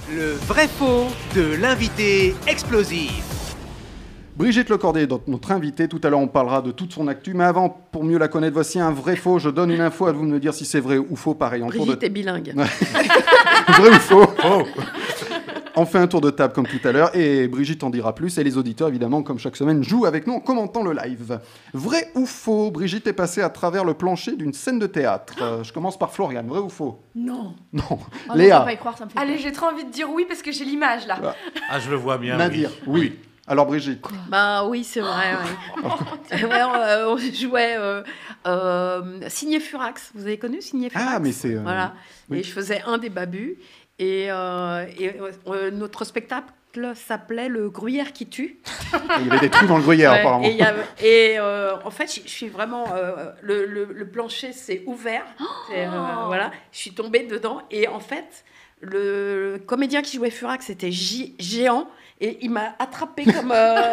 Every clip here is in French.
Le vrai-faux de l'invité explosif. Brigitte Lecordier est notre invitée. Tout à l'heure, on parlera de toute son actu. Mais avant, pour mieux la connaître, voici un vrai-faux. Je donne une info, à vous de me dire si c'est vrai ou faux. Pareil, en Brigitte tour de... est bilingue. Vrai ou faux? On fait un tour de table comme tout à l'heure et Brigitte en dira plus. Et les auditeurs, évidemment, comme chaque semaine, jouent avec nous en commentant le live. Vrai ou faux? Brigitte est passée à travers le plancher d'une scène de théâtre. Je commence par Floriane. Vrai ou faux? Non. Non. Oh non, Léa. je peux pas y croire, ça me fait Allez, peur. j'ai trop envie de dire oui parce que j'ai l'image là. Ah, je le vois bien. Nadir. Oui. Alors Brigitte. Bah oui, c'est vrai. Ouais. Ouais, on jouait Signé Furax. Vous avez connu Signé Furax? Ah, mais c'est... Voilà. oui. Et je faisais un des babus. Et notre spectacle s'appelait Le Gruyère qui tue. Il y avait des trous dans le gruyère, Ouais, apparemment. En fait, je suis vraiment... le plancher s'est ouvert. Voilà. Je suis tombée dedans. Et en fait, le comédien qui jouait Furax, c'était géant. Et il m'a attrapée comme...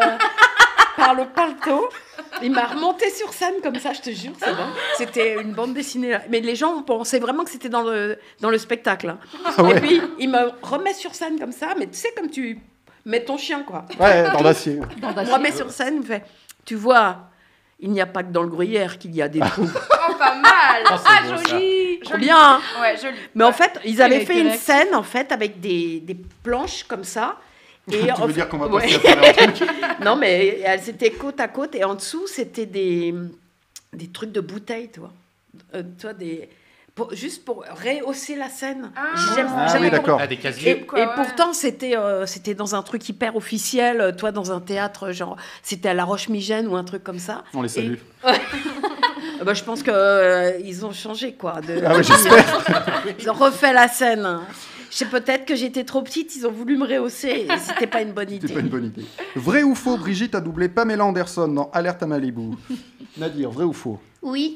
par le paletot. Il m'a remonté sur scène comme ça, je te jure. C'est bon. C'était une bande dessinée. Mais les gens pensaient vraiment que c'était dans le spectacle. Hein. Ah ouais. Et puis, il me remet sur scène comme ça. Mais tu sais, comme tu mets ton chien, quoi. Ouais, dans l'acier. Il me remet sur scène, il me fait, tu vois, il n'y a pas que dans le gruyère qu'il y a des trous. Oh, pas mal. Oh, c'est beau, joli. Trop bien, hein. Ouais, joli. Mais en fait, ils avaient avec fait les une legs. scène, en fait, avec des planches comme ça. Et Tu en veux fait- dire qu'on va Ouais. passer à travers un truc? Non, mais elles étaient côte à côte et en dessous, c'était des trucs de bouteilles, tu vois. Juste pour rehausser la scène. Ah. J'aime Ah j'aime oui, pas- d'accord. Ah, des Et, casiers. Quoi, ouais. pourtant, c'était dans un truc hyper officiel, toi, dans un théâtre, genre, c'était à La Roche-Migène ou un truc comme ça. On les salue. Bah, je pense qu'ils ont changé, quoi. Ah ouais, j'espère. Ils ont refait la scène. Je sais peut-être que j'étais trop petite, ils ont voulu me rehausser et c'était pas une bonne idée. C'est pas une bonne idée. Vrai ou faux, Brigitte a doublé Pamela Anderson dans Alerte à Malibu. Nadir, vrai ou faux? Oui.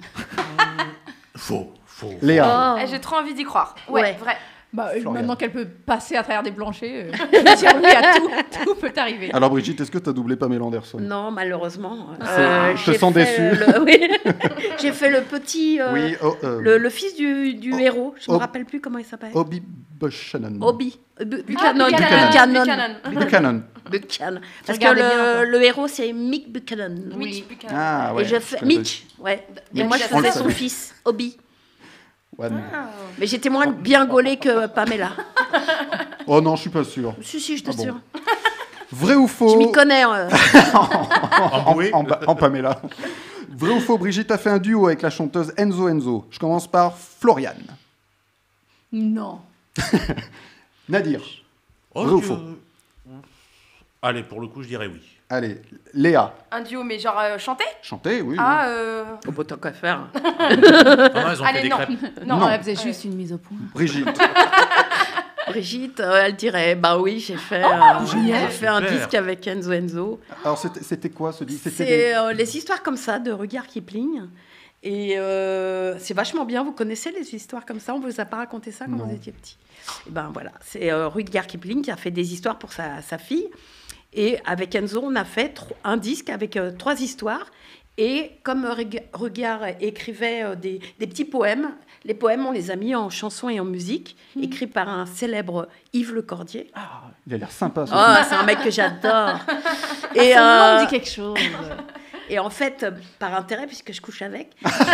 Faux. Léa. Eh, j'ai trop envie d'y croire. Ouais, Ouais. vrai. Bah, Florian. maintenant qu'elle peut passer à travers des planchers, je peux dire oui à tout. Tout peut arriver. Alors Brigitte, est-ce que tu as doublé Pamela Anderson? Non, malheureusement. Je te j'ai sens fait déçue. oui. J'ai fait le petit, Oui, le fils du héros. Je me Oh. rappelle plus comment il s'appelle. Obi Buchanan. Obi. Buchanan. Buchanan. Buchanan. Buchanan. Parce que regardais bien, le héros, c'est Mick Buchanan. Oui. Ah ouais. Et je je fais connais Mitch. Ouais. Et Mitch, moi, je on le faisais son savait. fils, Obi. pas. Ouais, mais- Mais j'étais moins bien gaulée que Pamela. Oh non, je suis pas sûr. Si, je Ah bon. t'assure. Vrai ou faux? Je m'y connais. En bouée. En Pamela. Vrai ou faux, Brigitte a fait un duo avec la chanteuse Enzo. Je commence par Floriane. Non. Nadir. Oh, Vrai ou tu- faux? Allez, pour le coup, je dirais oui. Allez, Léa. Un duo, mais genre chanter. Chanter, oui. Ah, Au beau tant qu'à faire. Non, non, elles ont fait allez, des non. crêpes. Non, Non. Elle faisait juste une mise au point. oui. Brigitte. Brigitte, elle dirait, bah oui, j'ai fait, génial. j'ai fait un Super. disque avec Enzo. Alors, c'était quoi ce disque? C'était C'est les histoires comme ça de Rudyard Kipling. Et c'est vachement bien. Vous connaissez les histoires comme ça? On vous a pas raconté ça quand Non. vous étiez petit? Et ben voilà, c'est Rudyard Kipling qui a fait des histoires pour sa fille. Et avec Enzo, on a fait un disque avec 3 histoires. Et comme Rudyard écrivait des petits poèmes, les poèmes, on les a mis en chansons et en musique, écrits par un célèbre Yves Lecordier. Ah, il a l'air sympa. ce Oh, disque. c'est un mec que j'adore. Et, Son nom me dit quelque chose. et en fait, par intérêt, puisque je couche avec,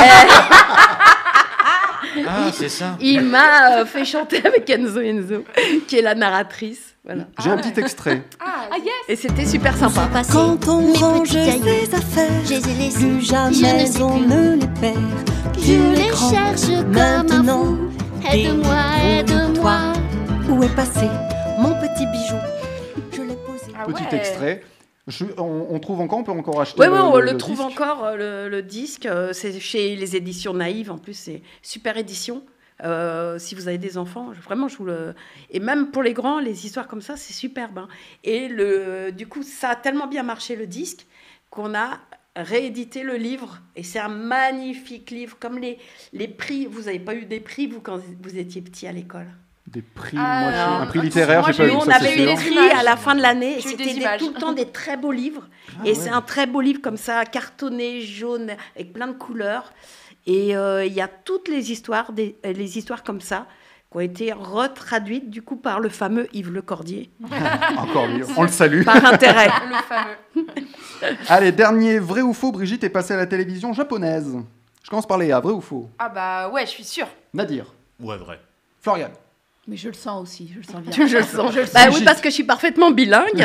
Ah, c'est ça. il m'a fait chanter avec Enzo, qui est la narratrice. Voilà. J'ai un petit extrait. Ah, yes. Et c'était super sympa. Passé Quand on mes range petits cailloux, ses affaires, je les ai laissés. plus Je ne jamais sais on plus. ne les perd. Je les l'écran, cherche comme un maintenant, fou. Aide-moi, aide-moi. Où est passé mon petit bijou? Je l'ai posé. Ah Petit ouais. extrait. On trouve encore, on peut encore acheter Oui, on le disque. trouve encore, le disque. C'est chez les éditions Naïves. En plus, c'est super édition. Si vous avez des enfants, vraiment, je vous le... Et même pour les grands, les histoires comme ça, c'est superbe. Hein. Et du coup, ça a tellement bien marché, le disque, qu'on a réédité le livre. Et c'est un magnifique livre. Comme les prix, vous n'avez pas eu des prix, vous, quand vous étiez petit à l'école? Des prix, Ah, moi, non. un prix littéraire, Moi, j'ai pas j'ai eu, eu- Nous, on ça c'est avait eu des sûr. des prix images. à la fin de l'année. Et J'ai eu des c'était images. tout le temps des très beaux livres. Ah, et ouais. c'est un très beau livre comme ça, cartonné, jaune, avec plein de couleurs. Et il y a toutes les histoires comme ça qui ont été retraduites du coup par le fameux Yves Le Cordier, Encore mieux. On le salue. par intérêt. Le fameux. Allez, dernier, vrai ou faux, Brigitte est passée à la télévision japonaise. Je commence par Léa, vrai ou faux? Ah bah ouais, je suis sûre. Nadir, Ouais, vrai. Florian. Mais je le sens aussi, je le sens bien. Je le sens. Je le sens. Bah oui, parce que je suis parfaitement bilingue.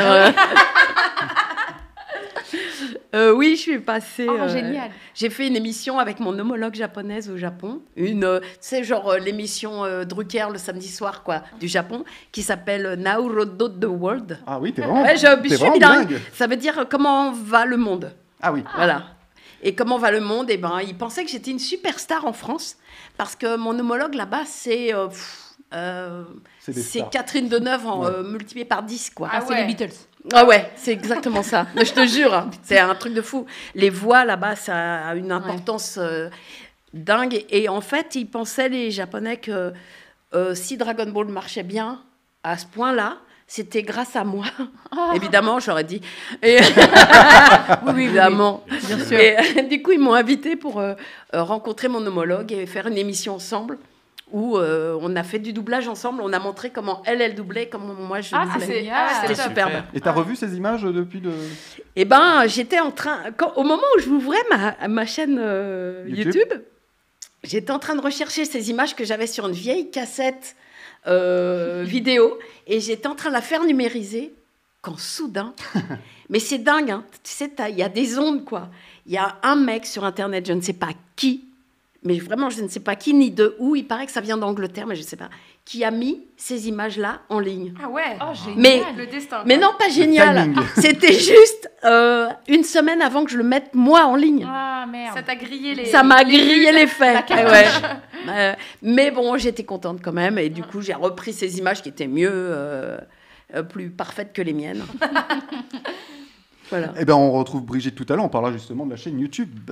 Oui, je suis passée. Oh, génial. J'ai fait une émission avec mon homologue japonaise au Japon. Tu sais, genre l'émission Drucker le samedi soir, quoi, du Japon, qui s'appelle Naruto the World. Ah oui, t'es vraiment, Ouais, je t'es suis vraiment bilingue. Ça veut dire comment va le monde. Ah oui. Voilà. Et comment va le monde? Eh ben, il pensait que j'étais une superstar en France parce que mon homologue là-bas, c'est C'est des stars. Catherine Deneuve Ouais. multiplié par 10, quoi. Ah C'est ouais. les Beatles. Ah ouais, c'est exactement ça. Mais je te jure, hein, c'est un truc de fou. Les voix là-bas, ça a une importance dingue. Et en fait, ils pensaient, les Japonais, que si Dragon Ball marchait bien à ce point-là, c'était grâce à moi. Évidemment, j'aurais dit. Et oui, évidemment. Bien sûr. Et du coup, ils m'ont invité pour rencontrer mon homologue et faire une émission ensemble où on a fait du doublage ensemble. On a montré comment elle doublait, comment moi je Ah, doublais. c'est génial. C'était top. superbe. Et t'as revu ces images depuis de... Eh ben, j'étais en train, au moment où je ouvrais ma chaîne YouTube, j'étais en train de rechercher ces images que j'avais sur une vieille cassette vidéo, et j'étais en train de la faire numériser, quand soudain, mais c'est dingue, hein, tu sais, il y a des ondes, quoi. Il y a un mec sur Internet, je ne sais pas qui, mais vraiment, je ne sais pas qui ni de où, il paraît que ça vient d'Angleterre, mais je ne sais pas, qui a mis ces images-là en ligne. Ah ouais. Oh, génial. Mais Le destin. Mais quoi. non, pas génial. timing. C'était juste une semaine avant que je le mette moi en ligne. Ah, merde. Ça t'a grillé les. Ça m'a grillé les faits. La Ouais. Mais bon, j'étais contente quand même. Et du coup, j'ai repris ces images qui étaient mieux, plus parfaites que les miennes. Voilà. Eh bien, on retrouve Brigitte tout à l'heure. On parlera justement de la chaîne YouTube.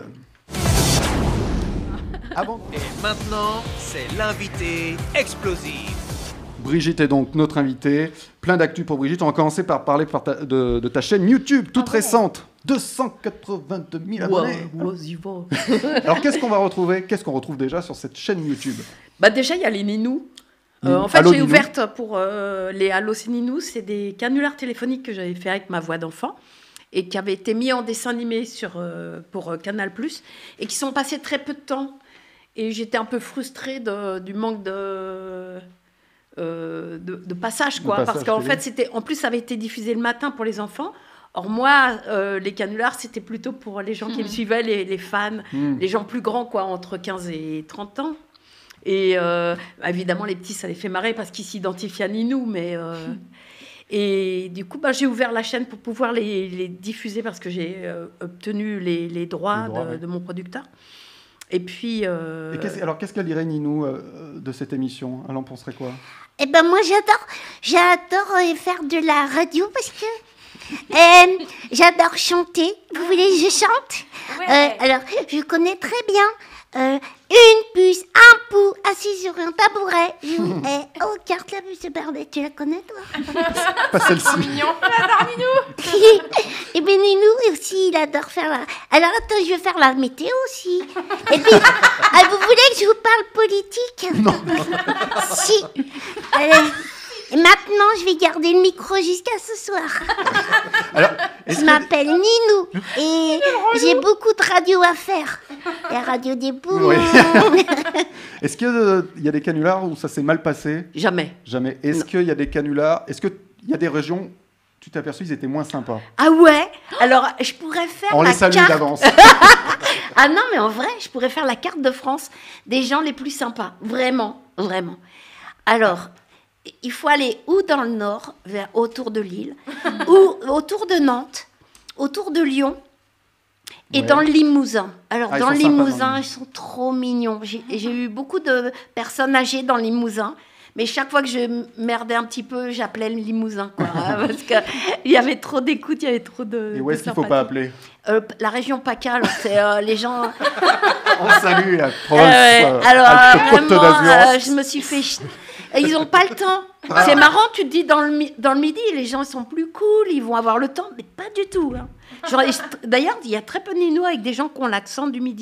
Avant... Et maintenant, c'est l'invité explosif. Brigitte est donc notre invitée. Plein d'actu pour Brigitte. On va commencer par parler de ta chaîne YouTube, toute récente. 282 000 abonnés. Alors, qu'est-ce qu'on va retrouver? Qu'est-ce qu'on retrouve déjà sur cette chaîne YouTube? Bah déjà, il y a les Ninous. En fait, Allô, j'ai Ninou. ouverte pour les Allo c'est Ninou. C'est des canulars téléphoniques que j'avais fait avec ma voix d'enfant et qui avaient été mis en dessin animé pour Canal+, et qui sont passés très peu de temps. Et j'étais un peu frustrée du manque de passage, quoi. passage Parce qu'en télé. fait, en plus, ça avait été diffusé le matin pour les enfants. Or, moi, les canulars, c'était plutôt pour les gens qui me suivaient, les fans, les gens plus grands, quoi, entre 15 et 30 ans. Et évidemment, les petits, ça les fait marrer parce qu'ils s'identifient à Ninou, mais... Et du coup, j'ai ouvert la chaîne pour pouvoir les diffuser parce que j'ai obtenu les droits, ouais. de mon producteur. Et puis... Et qu'est-ce qu'elle dirait, Ninou, de cette émission? Elle en penserait quoi? Eh ben moi j'adore faire de la radio parce que j'adore chanter. Vous voulez que je chante? Ouais. Alors je connais très bien une puce, un pou assis sur un tabouret. Oh, carte la puce de Bernadette, tu la connais toi? Pas Trop celle-ci. mignon. Et ben Ninou aussi, il adore faire la... Alors attends, je vais faire la météo aussi. Et puis, vous voulez que je vous parle politique? Non. Si. Et maintenant, je vais garder le micro jusqu'à ce soir. Alors, Je m'appelle Ninou et j'ai beaucoup de radio à faire. La radio des poumons. Oui. Est-ce qu'il y a des canulars où ça s'est mal passé? Jamais. Jamais. Est-ce qu'il y a des canulars? Est-ce qu'il y a des régions, tu t'es aperçu, ils étaient moins sympas? Ah ouais? Alors, je pourrais faire On la les salue carte... d'avance. Ah non, mais en vrai, je pourrais faire la carte de France des gens les plus sympas. Vraiment, vraiment. Alors, il faut aller ou dans le nord, autour de Lille, ou autour de Nantes, autour de Lyon, et Ouais. dans le Limousin. Alors, Ah, ils dans sont le sympas, dans le Limousin, Limousin. ils sont trop mignons. J'ai eu beaucoup de personnes âgées dans le Limousin. Mais chaque fois que je merdais un petit peu, j'appelais le Limousin, quoi. Parce qu'il y avait trop d'écoute, il y avait trop de... Et où de est-ce qu'il ne faut pas sympathie. appeler? La région PACA, alors, c'est les gens... On salue la province Ouais, alors, Alpes-Côte vraiment, d'Azur. je me suis fait... Ils n'ont pas le temps. C'est marrant, tu te dis, dans le midi, les gens ils sont plus cool, ils vont avoir le temps, mais pas du tout. Hein. D'ailleurs, il y a très peu de Ninou avec des gens qui ont l'accent du midi.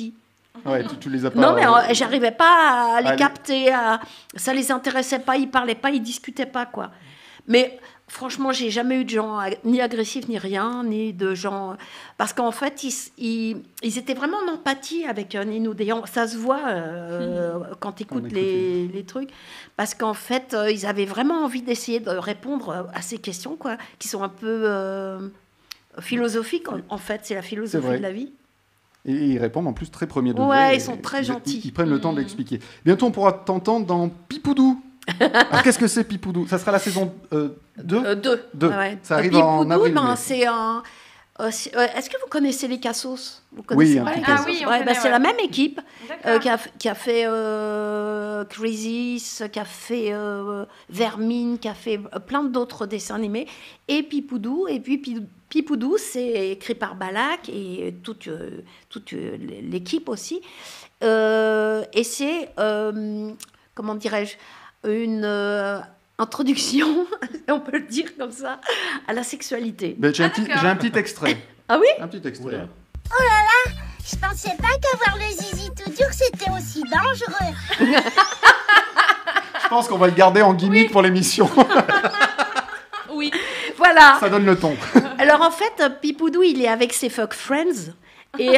Ouais, tu les as pas. Non, mais j'arrivais pas à les Allez. capter. Ça les intéressait pas, ils parlaient pas, ils discutaient pas, quoi. Mais franchement, j'ai jamais eu de gens ni agressifs, ni rien, ni de gens... Parce qu'en fait, ils étaient vraiment en empathie avec Ninou Déhan. Ça se voit quand tu écoutes les trucs. Parce qu'en fait, ils avaient vraiment envie d'essayer de répondre à ces questions, quoi, qui sont un peu philosophiques, en fait. C'est la philosophie de la vie. Et ils répondent en plus très premier degré. Ouais, ils sont très gentils. Ils prennent le temps d'expliquer. Bientôt, on pourra t'entendre dans Pipoudou. Alors, qu'est-ce que c'est Pipoudou? Ça sera la saison 2 2. Ouais. Ça arrive Pipoudou, en avril. c'est un... Est-ce que vous connaissez les Cassos? Vous Oui, connaissez un pas petit les peu. Cassos? Ah oui, on Ouais, connaît, c'est ouais. la même équipe D'accord. qui a fait Crazy, qui a fait Vermine, qui a fait plein d'autres dessins animés, et Pipoudou. Et puis Pipoudou, c'est écrit par Balak et toute l'équipe aussi. Et c'est, comment dirais-je, une introduction, on peut le dire comme ça, à la sexualité. Ben, j'ai d'accord. un petit extrait. Ah oui? Un petit extrait. Oula. Je pensais pas qu'avoir le zizi tout dur, c'était aussi dangereux. Je pense qu'on va le garder en gimmick pour l'émission. Oui. Voilà. Ça donne le ton. Alors en fait, Pipoudou, il est avec ses fuck friends. Et,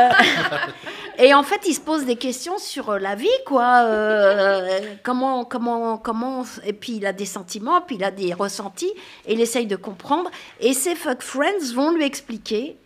et en fait, il se pose des questions sur la vie, quoi. Comment. Et puis il a des sentiments, puis il a des ressentis, et il essaye de comprendre. Et ses fuck friends vont lui expliquer.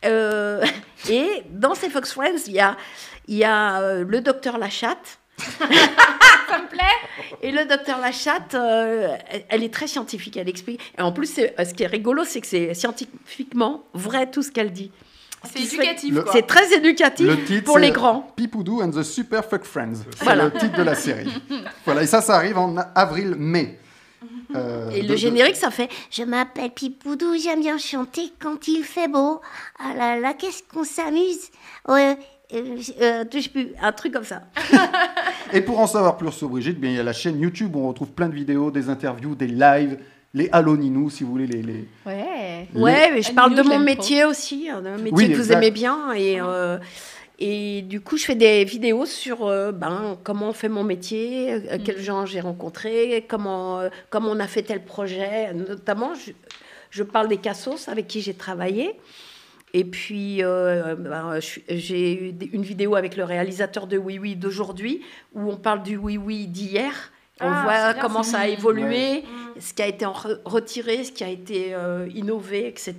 Et dans ces fuck friends, il y a le docteur Lachatte. Ça me plaît. Et le docteur Lachatte, elle est très scientifique, elle explique. Et en plus, ce qui est rigolo, c'est que c'est scientifiquement vrai tout ce qu'elle dit. C'est éducatif, Le- quoi. C'est très éducatif Le titre, pour les c'est grands. Pipoudou and the Super Fuck Friends. C'est Voilà. le titre de la série. Voilà, et ça arrive en avril-mai. Et le générique, ça fait Je m'appelle Pipoudou, j'aime bien chanter quand il fait beau. Ah là là, qu'est-ce qu'on s'amuse. Ouais, je sais plus, un truc comme ça. Et pour en savoir plus sur Brigitte, bien, il y a la chaîne YouTube où on retrouve plein de vidéos, des interviews, des lives, les Allo Ninou, si vous voulez. Ouais. Ouais, mais je Annie parle de Lou, je mon l'aime métier aussi, hein, d'un métier Oui, que vous exact. aimez bien. Et du coup, je fais des vidéos sur comment on fait mon métier, quels gens j'ai rencontrés, comment on a fait tel projet. Notamment, je parle des Cassos avec qui j'ai travaillé. Et puis, j'ai eu une vidéo avec le réalisateur de Oui Oui d'aujourd'hui, où on parle du Oui Oui d'hier. On Ah, voit c'est bien, comment ça. ça a évolué, Ouais. ce qui a été retiré, ce qui a été innové, etc.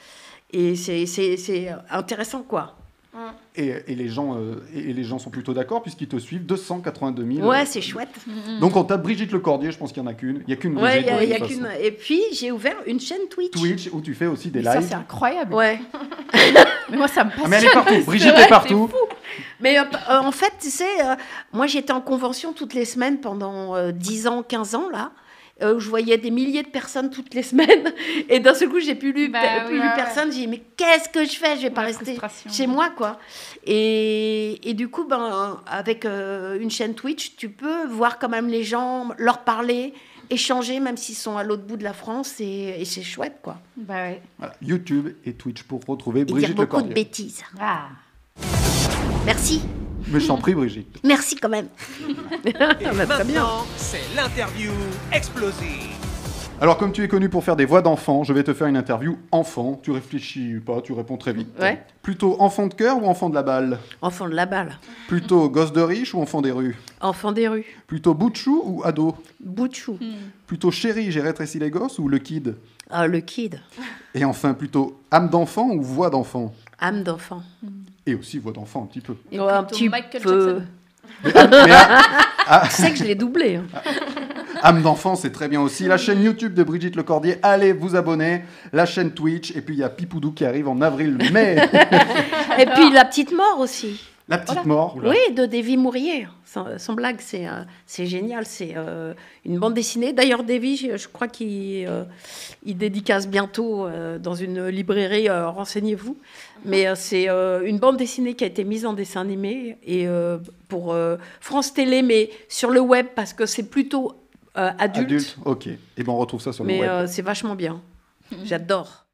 Et c'est intéressant, quoi. Et les gens sont plutôt d'accord puisqu'ils te suivent, 282 000. Ouais, c'est chouette. Donc on tape Brigitte Lecordier, je pense qu'il n'y en a qu'une. Il n'y a qu'une Ouais, Brigitte. il y de a toute qu'une. façon. Et puis, j'ai ouvert une chaîne Twitch. Twitch où tu fais aussi des Mais ça, lives. c'est incroyable. Ouais. Mais moi, ça me passionne. Ah, mais elle est partout, Brigitte vrai, est partout. Mais en fait, tu sais, moi, j'étais en convention toutes les semaines pendant 10 ans, 15 ans, là. Où je voyais des milliers de personnes toutes les semaines. Et d'un seul coup, j'ai plus lu, Bah oui, plus lu ouais, personne. J'ai dit, mais qu'est-ce que je fais? Je vais pas La rester frustration. chez moi, quoi. Et du coup, avec une chaîne Twitch, tu peux voir quand même les gens, leur parler, échanger, même s'ils sont à l'autre bout de la France. Et c'est chouette, quoi. Bah ouais. Voilà, YouTube et Twitch pour retrouver Et dire Brigitte beaucoup de Lecordier. bêtises. Ah. Merci. Mais je t'en prie, Brigitte. Merci quand même. Et Très bien. maintenant, c'est l'interview explosive. Alors, comme tu es connu pour faire des voix d'enfant, je vais te faire une interview enfant. Tu réfléchis pas, tu réponds très vite. Ouais. Plutôt enfant de cœur ou enfant de la balle? Enfant de la balle. Plutôt gosse de riche ou enfant des rues? Enfant des rues. Plutôt bout de chou ou ado? Boutchou. Plutôt chéri, j'ai rétréci les gosses ou le kid? Ah, le kid. Et enfin, plutôt âme d'enfant ou voix d'enfant? Âme d'enfant. Et aussi voix d'enfant un petit peu. Et Ouais, un plutôt petit Michael peu. Jackson. Mais Tu sais que je l'ai doublé. Hein. âme d'enfant, c'est très bien aussi. La chaîne YouTube de Brigitte Lecordier, allez vous abonner. La chaîne Twitch, et puis il y a Pipoudou qui arrive en avril-mai. Et puis la petite mort aussi. La petite mort. Oui, de Davy Mourier. Sans blague, c'est génial. C'est une bande dessinée. D'ailleurs, Davy, je crois qu'il il dédicace bientôt dans une librairie. Renseignez-vous. Mais c'est une bande dessinée qui a été mise en dessin animé et pour France Télé, mais sur le web parce que c'est plutôt adulte. Ok. Et ben on retrouve ça sur le Mais web. c'est vachement bien. J'adore.